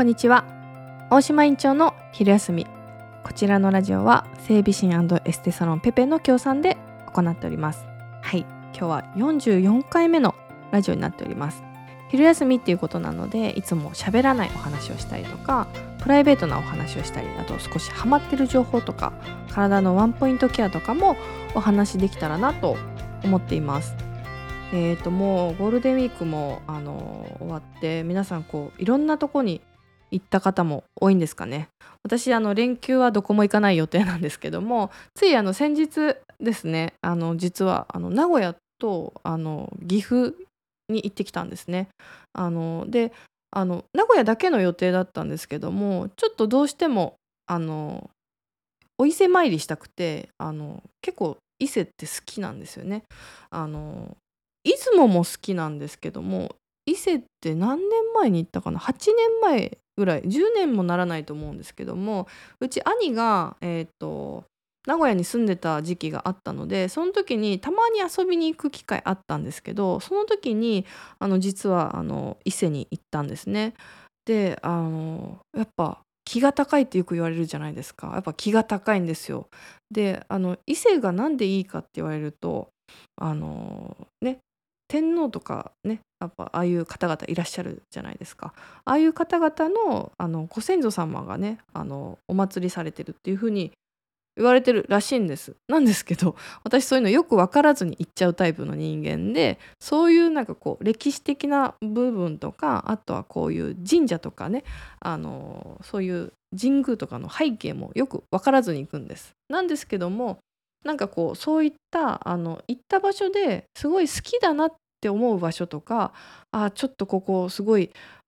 こんにちは。大島院長の昼休み。こちらのラジオは整備士エステサロンペペの協賛で行っております。はい、今日は44回目のラジオになっております。昼休みっていうことなので、いつも喋らないお話をしたりとか、プライベートなお話をしたり、あと少しハマってる情報とか、体のワンポイントケアとかもお話できたらなと思っています。もうゴールデンウィークも終わって、皆さんいろんなとこに行った方も多いんですかね。私連休はどこも行かない予定なんですけども、つい先日ですね、実は名古屋と岐阜に行ってきたんですね。で名古屋だけの予定だったんですけども、ちょっとどうしてもお伊勢参りしたくて、結構伊勢って好きなんですよね。出雲も好きなんですけども、伊勢って何年前に行ったかな、8年前ぐらい、10年もならないと思うんですけども、うち兄が、名古屋に住んでた時期があったので、その時にたまに遊びに行く機会あったんですけど、その時に実は伊勢に行ったんですね。でやっぱ気が高いってよく言われるじゃないですか。やっぱ気が高いんですよ。で伊勢がなんでいいかって言われると、ね、天皇とかね、やっぱああいう方々いらっしゃるじゃないですか。ああいう方々のご先祖様がね、お祭りされてるっていう風に言われてるらしいんです。なんですけど、私そういうのよく分からずに行っちゃうタイプの人間で、そういうなんか歴史的な部分とか、あとはこういう神社とかね、そういう神宮とかの背景もよく分からずに行くんです。なんですけども、なんかそういった行った場所ですごい好きだなって思う場所とか、ちょっとここすごい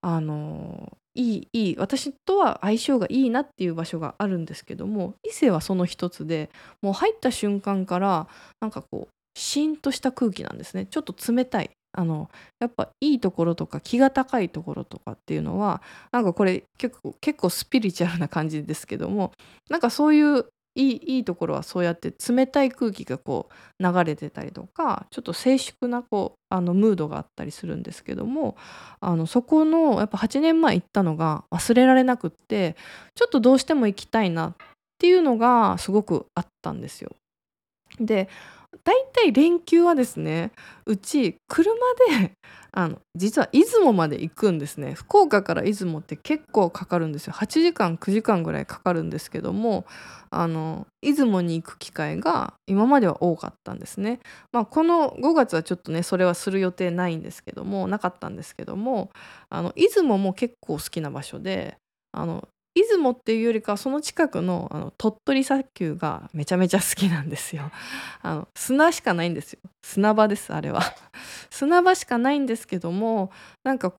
いい私とは相性がいいなっていう場所があるんですけども、伊勢はその一つで、もう入った瞬間からなんかシーンとした空気なんですね。ちょっと冷たい。やっぱいいところとか気が高いところとかっていうのは、なんかこれ結構スピリチュアルな感じですけども、なんかそういういいところはそうやって冷たい空気が流れてたりとか、ちょっと静粛なムードがあったりするんですけども、そこのやっぱ8年前行ったのが忘れられなくって、ちょっとどうしても行きたいなっていうのがすごくあったんですよ。で、だいたい連休はですね、うち車で実は出雲まで行くんですね。福岡から出雲って結構かかるんですよ。8時間9時間ぐらいかかるんですけども、出雲に行く機会が今までは多かったんですね。この5月はちょっとね、それはする予定ないんですけども、なかったんですけども、出雲も結構好きな場所で、出雲っていうよりかはその近くの鳥取砂丘がめちゃめちゃ好きなんですよ。砂しかないんですよ。砂場です、あれは。砂場しかないんですけども、なんか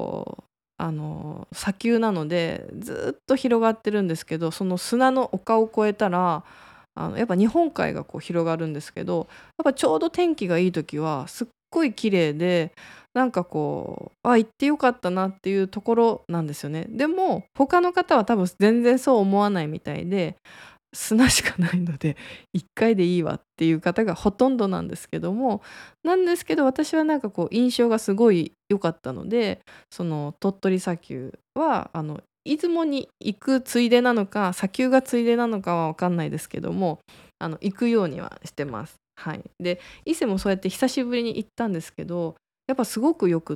砂丘なのでずっと広がってるんですけど、その砂の丘を越えたらやっぱ日本海が広がるんですけど、やっぱちょうど天気がいい時はすっごい綺麗で、なんか行ってよかったなっていうところなんですよね。でも他の方は多分全然そう思わないみたいで、砂しかないので1回でいいわっていう方がほとんどなんですけども、私はなんか印象がすごい良かったので、その鳥取砂丘は出雲に行くついでなのか砂丘がついでなのかは分かんないですけども、行くようにはしてます。はい。で伊勢もそうやって久しぶりに行ったんですけど、やっぱすごくよくって、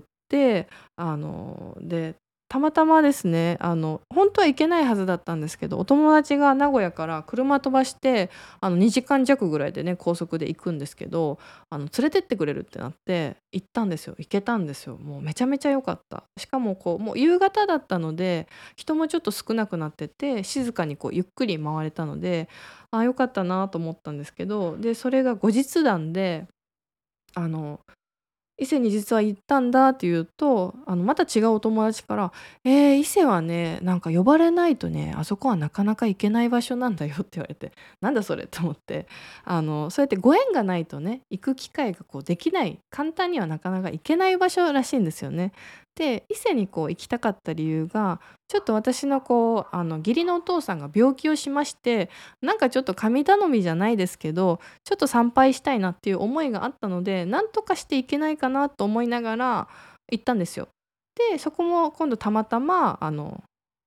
でたまたまですね、本当は行けないはずだったんですけど、お友達が名古屋から車飛ばして、2時間弱ぐらいでね、高速で行くんですけど、連れてってくれるってなって行ったんですよ。行けたんですよ。もうめちゃめちゃ良かった。しかももう夕方だったので、人もちょっと少なくなってて、静かにゆっくり回れたので、良かったなと思ったんですけど、で、それが後日談で、あの伊勢に実は行ったんだって言うと、また違うお友達から「伊勢はね、なんか呼ばれないとね、あそこはなかなか行けない場所なんだよ」って言われて、なんだそれと思って、そうやってご縁がないとね、行く機会ができない、簡単にはなかなか行けない場所らしいんですよね。で、伊勢に行きたかった理由が、ちょっと私の義理のお父さんが病気をしまして、なんかちょっと神頼みじゃないですけど、ちょっと参拝したいなっていう思いがあったので、なんとかしていけないかなと思いながら行ったんですよ。で、そこも今度たまたま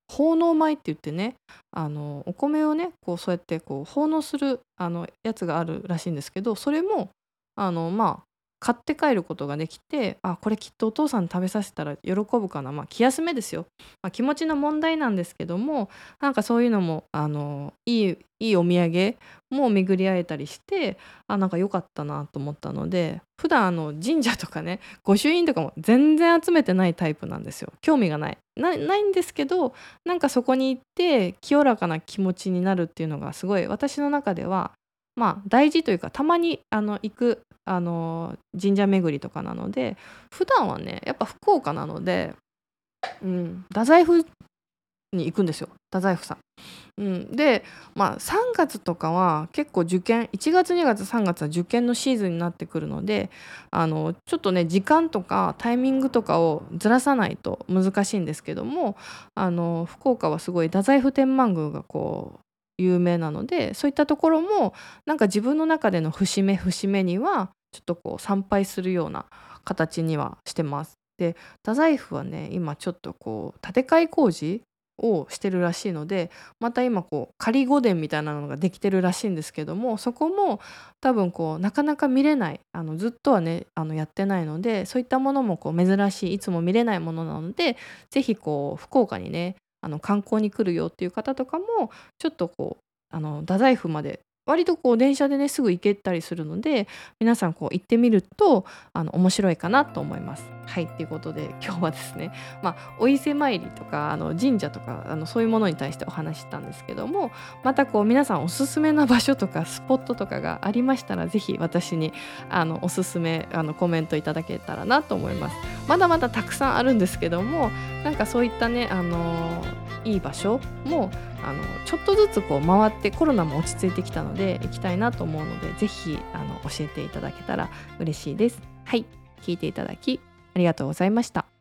奉納米って言ってね、お米をねこうそうやってこう奉納するやつがあるらしいんですけど、それもまあ買って帰ることができて、これきっとお父さんに食べさせたら喜ぶかな、気休めですよ、気持ちの問題なんですけども、なんかそういうのもいいお土産も巡り会えたりして、なんか良かったなと思ったので、普段神社とかね御朱印とかも全然集めてないタイプなんですよ。興味がないんですけど、なんかそこに行って清らかな気持ちになるっていうのがすごい私の中では大事というか、たまに行く神社巡りとかなので、普段はねやっぱ福岡なので、太宰府に行くんですよ、太宰府さん。で、3月とかは結構受験、1月2月3月は受験のシーズンになってくるので、ちょっとね時間とかタイミングとかをずらさないと難しいんですけども、福岡はすごい太宰府天満宮がこう有名なので、そういったところもなんか自分の中での節目節目にはちょっとこう参拝するような形にはしてます。で、太宰府はね今ちょっとこう建て替え工事をしてるらしいので、また今こう仮御殿みたいなのができてるらしいんですけども、そこも多分こうなかなか見れない、ずっとはねやってないので、そういったものもこう珍しい、いつも見れないものなので、ぜひこう福岡にね観光に来るよっていう方とかも、ちょっとこう太宰府まで割とこう電車でねすぐ行けたりするので、皆さんこう行ってみると面白いかなと思います。はい、ということで今日はですね、お伊勢参りとか神社とかそういうものに対してお話ししたんですけども、またこう皆さんおすすめな場所とかスポットとかがありましたら、ぜひ私におすすめコメントいただけたらなと思います。まだまだたくさんあるんですけども、なんかそういったねいい場所もちょっとずつこう回って、コロナも落ち着いてきたので行きたいなと思うので、ぜひ教えていただけたら嬉しいです。はい、聞いていただきありがとうございました。